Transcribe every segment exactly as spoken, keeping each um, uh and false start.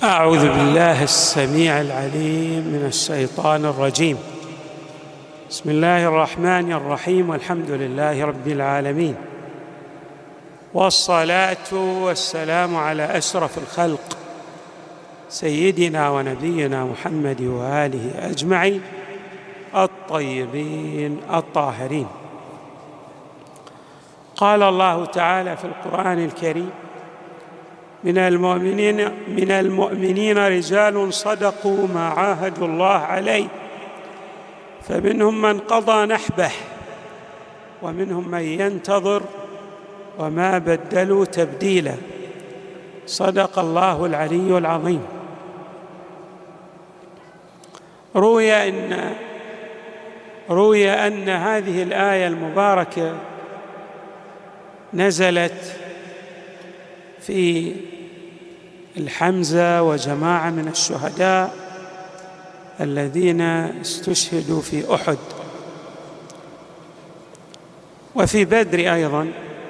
أعوذ بالله السميع العليم من الشيطان الرجيم. بسم الله الرحمن الرحيم، والحمد لله رب العالمين، والصلاة والسلام على أشرف الخلق سيدنا ونبينا محمد وآله أجمعين الطيبين الطاهرين. قال الله تعالى في القرآن الكريم: من المؤمنين من المؤمنين رجال صدقوا ما عاهدوا الله عليه فمنهم من قضى نحبه ومنهم من ينتظر وما بدلوا تبديلا. صدق الله العلي العظيم. روي أن روي أن هذه الآية المباركة نزلت في الحمزة وجماعة من الشهداء الذين استشهدوا في أحد وفي بدر أيضا،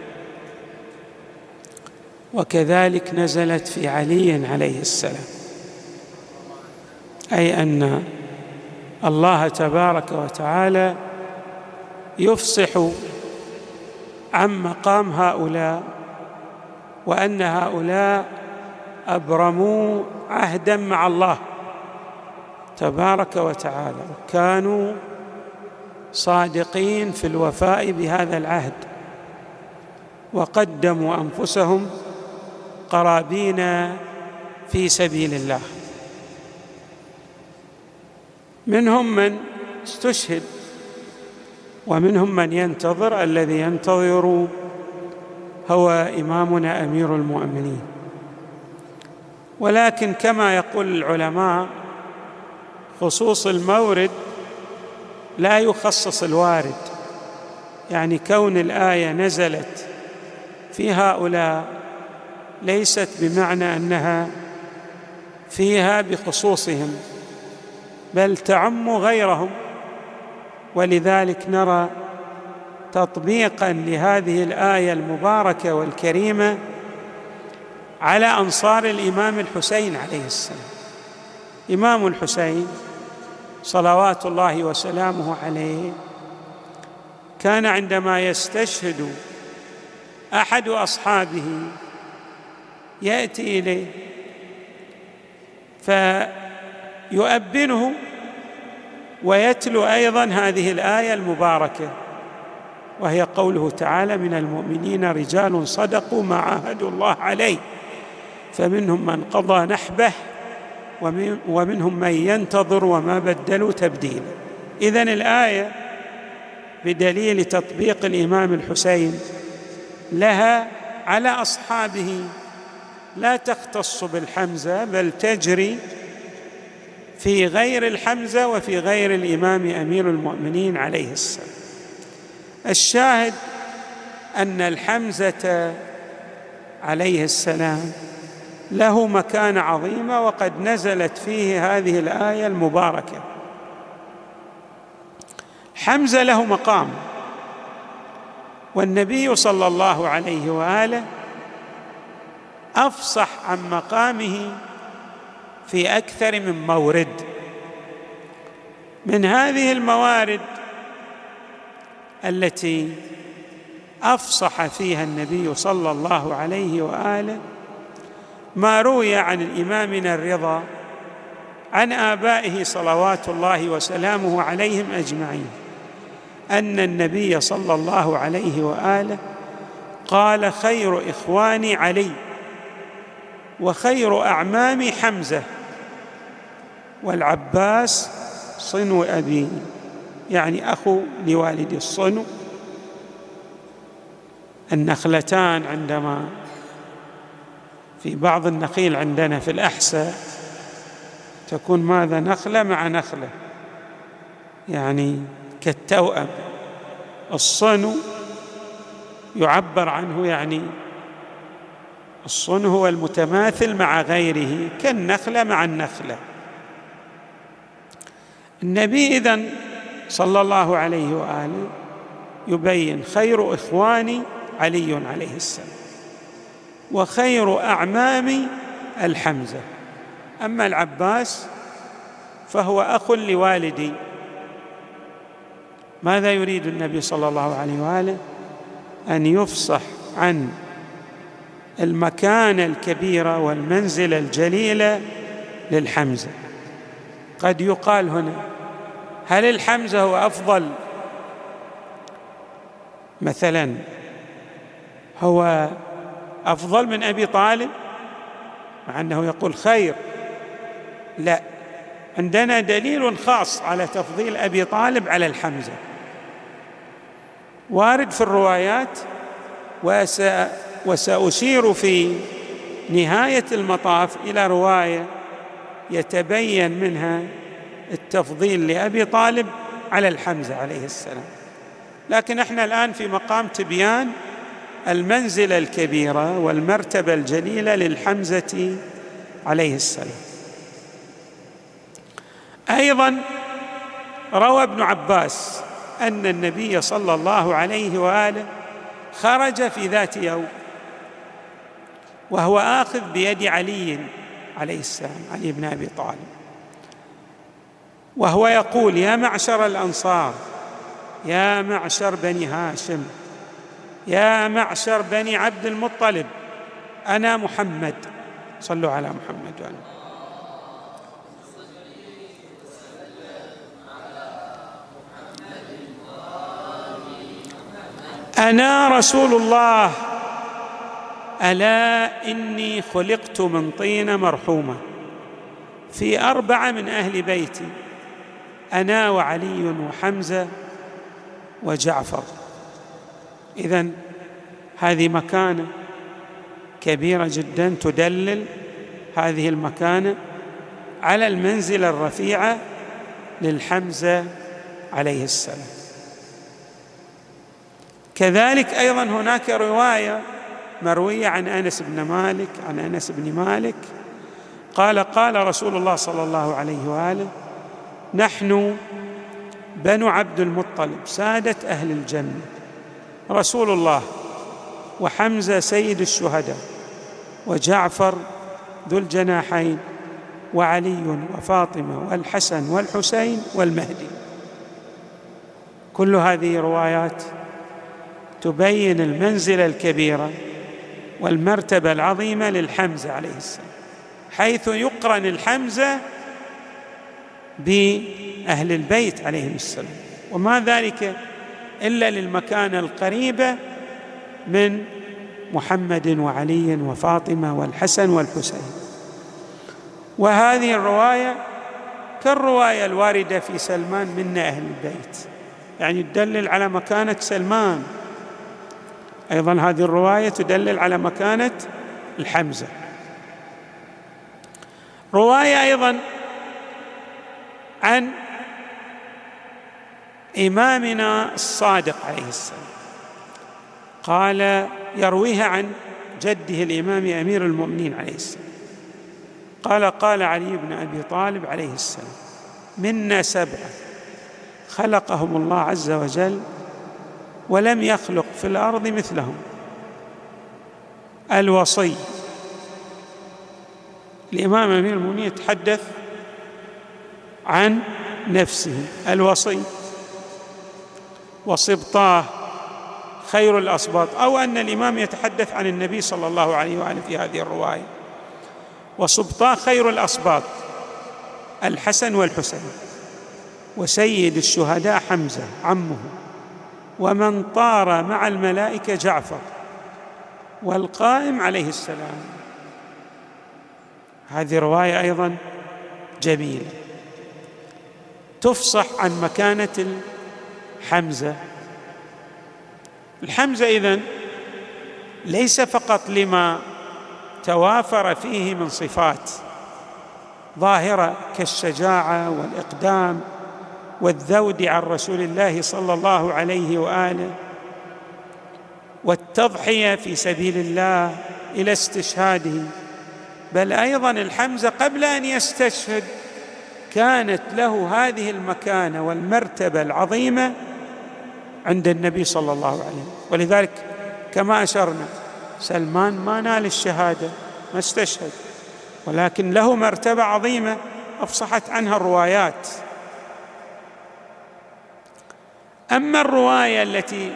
وكذلك نزلت في علي عليه السلام، أي أن الله تبارك وتعالى يفصح عن مقام هؤلاء، وأن هؤلاء أبرموا عهدا مع الله تبارك وتعالى، كانوا صادقين في الوفاء بهذا العهد، وقدموا أنفسهم قرابين في سبيل الله. منهم من استشهد ومنهم من ينتظر. الذي ينتظر هو إمامنا أمير المؤمنين، ولكن كما يقول العلماء خصوص المورد لا يخصص الوارد، يعني كون الآية نزلت في هؤلاء ليست بمعنى أنها فيها بخصوصهم، بل تعم غيرهم. ولذلك نرى تطبيقاً لهذه الآية المباركة والكريمة على أنصار الإمام الحسين عليه السلام. إمام الحسين صلوات الله وسلامه عليه كان عندما يستشهد أحد أصحابه يأتي إليه فيؤبنه ويتلو أيضاً هذه الآية المباركة، وهي قوله تعالى: من المؤمنين رجال صدقوا ما عاهدوا الله عليه فمنهم من قضى نحبه ومنهم من ينتظر وما بدلوا تبديلا. إذن الآية بدليل تطبيق الإمام الحسين لها على أصحابه، لا تختص بالحمزة بل تجري في غير الحمزة وفي غير الإمام أمير المؤمنين عليه السلام. الشاهد أن الحمزة عليه السلام له مكانة عظيمة، وقد نزلت فيه هذه الآية المباركة. حمزة له مقام، والنبي صلى الله عليه وآله أفصح عن مقامه في أكثر من مورد. من هذه الموارد التي أفصح فيها النبي صلى الله عليه وآله ما روي عن إمامنا الرضا عن آبائه صلوات الله وسلامه عليهم أجمعين أن النبي صلى الله عليه وآله قال: خير إخواني علي، وخير أعمامي حمزة، والعباس صنو أبي، يعني أخو لوالدي. الصنو النخلتان، عندما في بعض النخيل عندنا في الأحساء تكون ماذا نخلة مع نخلة، يعني كالتوأم. الصنو يعبر عنه، يعني الصنو هو المتماثل مع غيره كالنخلة مع النخلة. النبي إذن صلى الله عليه وآله يبين: خير إخواني علي عليه السلام، وخير أعمامي الحمزة. أما العباس فهو أخ لوالدي. ماذا يريد النبي صلى الله عليه وآله؟ أن يفصح عن المكانة الكبيرة والمنزلة الجليلة للحمزة. قد يقال هنا: هل الحمزة هو أفضل؟ مثلا هو أفضل من أبي طالب مع أنه يقول خير؟ لا، عندنا دليل خاص على تفضيل أبي طالب على الحمزة، وارد في الروايات، وسأشير في نهاية المطاف إلى رواية يتبين منها التفضيل لأبي طالب على الحمزة عليه السلام. لكن احنا الآن في مقام تبيان المنزلة الكبيرة والمرتبة الجليلة للحمزة عليه السلام. أيضا روى ابن عباس أن النبي صلى الله عليه وآله خرج في ذات يوم وهو آخذ بيد علي عليه السلام، علي بن أبي طالب، وهو يقول: يا معشر الأنصار، يا معشر بني هاشم، يا معشر بني عبد المطلب، أنا محمد. صلوا على محمد وآله. أنا رسول الله، ألا إني خلقت من طين مرحومة في أربعة من أهل بيتي، أنا وعلي وحمزة وجعفر. إذن هذه مكانة كبيرة جدا تدلل هذه المكانة على المنزلة الرفيعة للحمزة عليه السلام. كذلك أيضا هناك رواية مروية عن أنس بن مالك عن أنس بن مالك قال: قال رسول الله صلى الله عليه وآله: نحن بنو عبد المطلب سادة أهل الجنة، رسول الله وحمزة سيد الشهداء، وجعفر ذو الجناحين، وعلي وفاطمة والحسن والحسين والمهدي. كل هذه روايات تبين المنزلة الكبيرة والمرتبة العظيمة للحمزة عليه السلام، حيث يقرن الحمزة بأهل البيت عليهم السلام، وما ذلك إلا للمكانة القريبة من محمد وعلي وفاطمة والحسن والحسين. وهذه الرواية كالرواية الواردة في سلمان منا أهل البيت، يعني تدلل على مكانة سلمان. أيضا هذه الرواية تدلل على مكانة الحمزة. رواية أيضا عن إمامنا الصادق عليه السلام، قال يرويها عن جده الإمام أمير المؤمنين عليه السلام، قال: قال علي بن أبي طالب عليه السلام: منا سبعة خلقهم الله عز وجل ولم يخلق في الأرض مثلهم: الوصي. الإمام أمير المؤمنين يتحدث عن نفسه: الوصي، وصبطاه خير الأصباط، أو أن الإمام يتحدث عن النبي صلى الله عليه وآله في هذه الرواية: وصبطاه خير الأصباط، الحسن والحسين، وسيد الشهداء حمزة عمه، ومن طار مع الملائكة جعفر، والقائم عليه السلام. هذه رواية أيضا جميلة تفصح عن مكانة الحمزة. الحمزة إذن ليس فقط لما توافر فيه من صفات ظاهرة كالشجاعة والإقدام والذود عن رسول الله صلى الله عليه وآله والتضحية في سبيل الله إلى استشهاده، بل أيضا الحمزة قبل أن يستشهد كانت له هذه المكانة والمرتبة العظيمة عند النبي صلى الله عليه وسلم. ولذلك كما أشرنا، سلمان ما نال الشهادة، ما استشهد، ولكن له مرتبة عظيمة أفصحت عنها الروايات. أما الرواية التي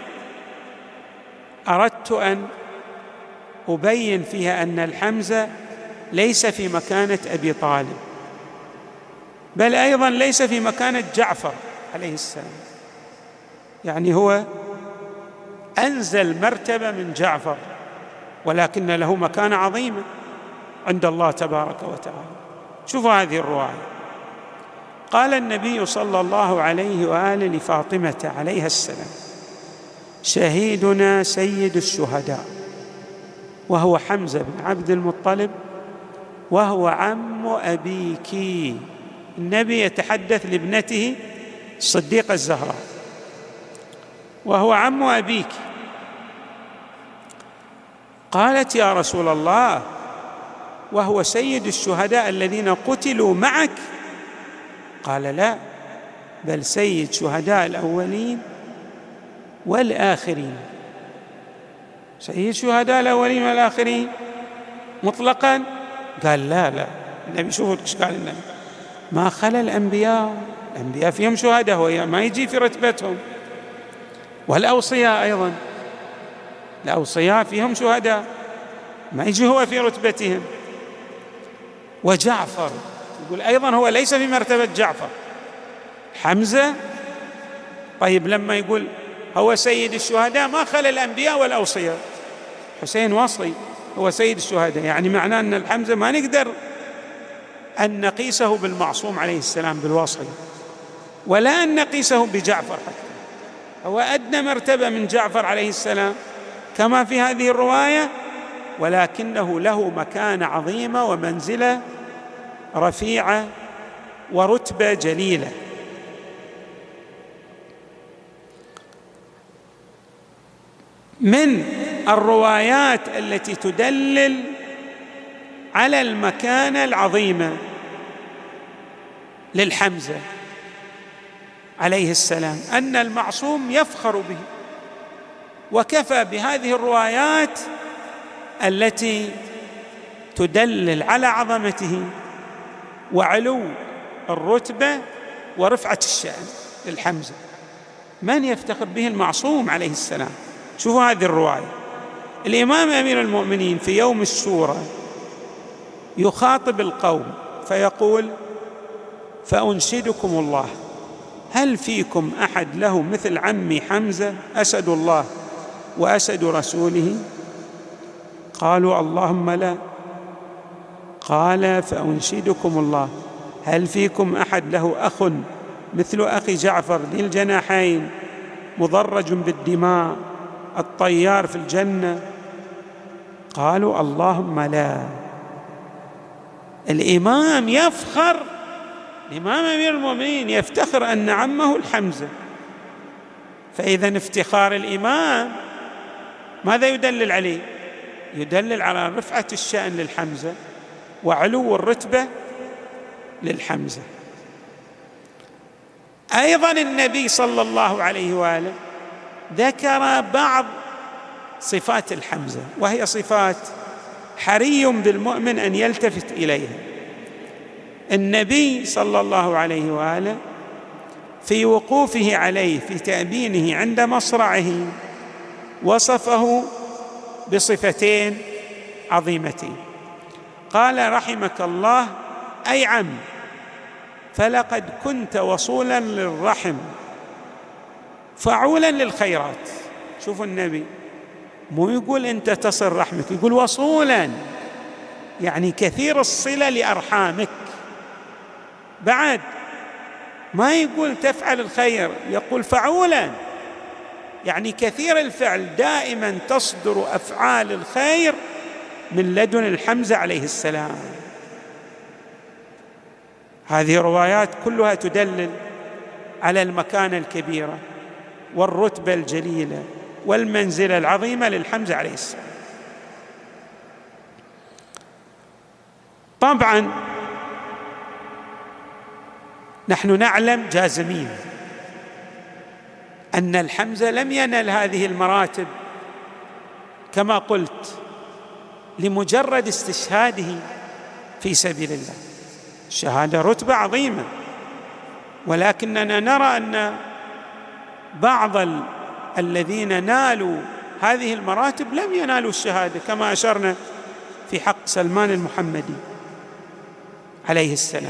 أردت أن أبين فيها أن الحمزة ليس في مكانة أبي طالب، بل أيضا ليس في مكانة جعفر عليه السلام، يعني هو أنزل مرتبة من جعفر، ولكن له مكانة عظيمة عند الله تبارك وتعالى. شوفوا هذه الرواية. قال النبي صلى الله عليه وآله لفاطمة عليها السلام: شهيدنا سيد الشهداء، وهو حمزة بن عبد المطلب، وهو عم أبيك. النبي يتحدث لابنته الصديقة الزهراء: وهو عم أبيك. قالت: يا رسول الله، وهو سيد الشهداء الذين قتلوا معك؟ قال: لا، بل سيد شهداء الأولين والآخرين. سيد شهداء الأولين والآخرين مطلقا؟ قال: لا لا. النبي شوفوا ايش قال النبي: ما خلا الأنبياء، الأنبياء فيهم شهداء، هو ما يجي في رتبتهم. والأوصياء أيضا، الأوصياء فيهم شهداء، ما يجي هو في رتبتهم. وجعفر يقول أيضا هو ليس في مرتبة جعفر. حمزة طيب لما يقول هو سيد الشهداء ما خلا الأنبياء والأوصياء، حسين وصي هو سيد الشهداء، يعني معناه أن الحمزة ما نقدر أن نقيسه بالمعصوم عليه السلام بالوصي، ولا أن نقيسه بجعفر، حتى هو أدنى مرتبة من جعفر عليه السلام كما في هذه الرواية، ولكنه له مكانة عظيمة ومنزلة رفيعة ورتبة جليلة. من الروايات التي تدلل على المكانة العظيمة للحمزة عليه السلام أن المعصوم يفخر به، وكفى بهذه الروايات التي تدلل على عظمته وعلو الرتبة ورفعة الشأن للحمزة. من يفتخر به؟ المعصوم عليه السلام. شوفوا هذه الرواية. الإمام أمير المؤمنين في يوم الشورى يخاطب القوم فيقول: فأنشدكم الله، هل فيكم أحد له مثل عمي حمزة أسد الله وأسد رسوله؟ قالوا: اللهم لا. قال: فأنشدكم الله، هل فيكم أحد له أخ مثل أخي جعفر ذي الجناحين مضرج بالدماء الطيار في الجنة؟ قالوا: اللهم لا. الإمام يفخر، الإمام أمير المؤمنين يفتخر أن عمه الحمزة. فإذا افتخار الإمام ماذا يدلل عليه؟ يدلل على رفعة الشأن للحمزة وعلو الرتبة للحمزة. أيضا النبي صلى الله عليه وآله ذكر بعض صفات الحمزة، وهي صفات حري بالمؤمن أن يلتفت إليها. النبي صلى الله عليه وآله في وقوفه عليه في تأبينه عند مصرعه وصفه بصفتين عظيمتين. قال: رحمك الله أي عم، فلقد كنت وصولا للرحم فعولا للخيرات. شوفوا النبي مو يقول أنت تصل رحمك، يقول وصولا، يعني كثير الصلة لأرحامك. بعد ما يقول تفعل الخير، يقول فعولا، يعني كثير الفعل، دائما تصدر أفعال الخير من لدن الحمزة عليه السلام. هذه روايات كلها تدلل على المكانة الكبيرة والرتبة الجليلة والمنزلة العظيمة للحمزة عليه السلام. طبعا نحن نعلم جازمين أن الحمزة لم ينل هذه المراتب كما قلت لمجرد استشهاده في سبيل الله. الشهادة رتبة عظيمة، ولكننا نرى أن بعض ال... الذين نالوا هذه المراتب لم ينالوا الشهادة، كما أشرنا في حق سلمان المحمدي عليه السلام.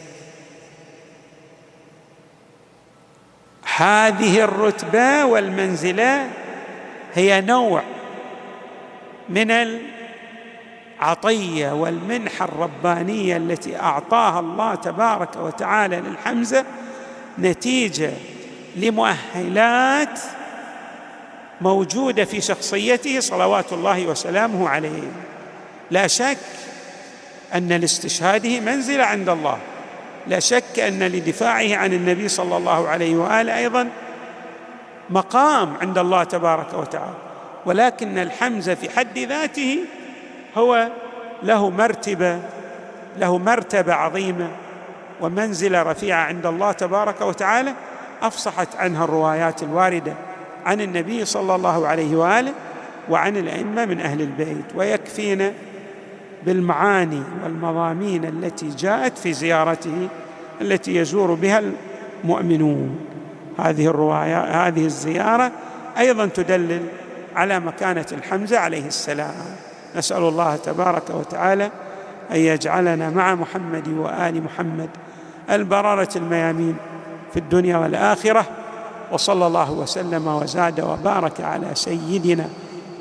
هذه الرتبة والمنزلة هي نوع من العطية والمنحة الربانية التي أعطاها الله تبارك وتعالى للحمزة نتيجة لمؤهلات موجودة في شخصيته صلوات الله وسلامه عليه. لا شك أن لاستشهاده منزلة عند الله، لا شك أن لدفاعه عن النبي صلى الله عليه وآله أيضا مقام عند الله تبارك وتعالى، ولكن الحمزة في حد ذاته هو له مرتبة له مرتبة عظيمة ومنزلة رفيعة عند الله تبارك وتعالى أفصحت عنها الروايات الواردة عن النبي صلى الله عليه وآله وعن الأئمة من أهل البيت. ويكفينا بالمعاني والمضامين التي جاءت في زيارته التي يزور بها المؤمنون. هذه الرواية هذه الزيارة أيضا تدلل على مكانة الحمزة عليه السلام. نسأل الله تبارك وتعالى أن يجعلنا مع محمد وآل محمد البررة الميامين في الدنيا والآخرة. وصلى الله وسلم وزاد وبارك على سيدنا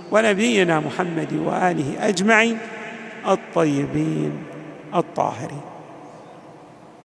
ونبينا محمد وآله أجمعين الطيبين الطاهرين.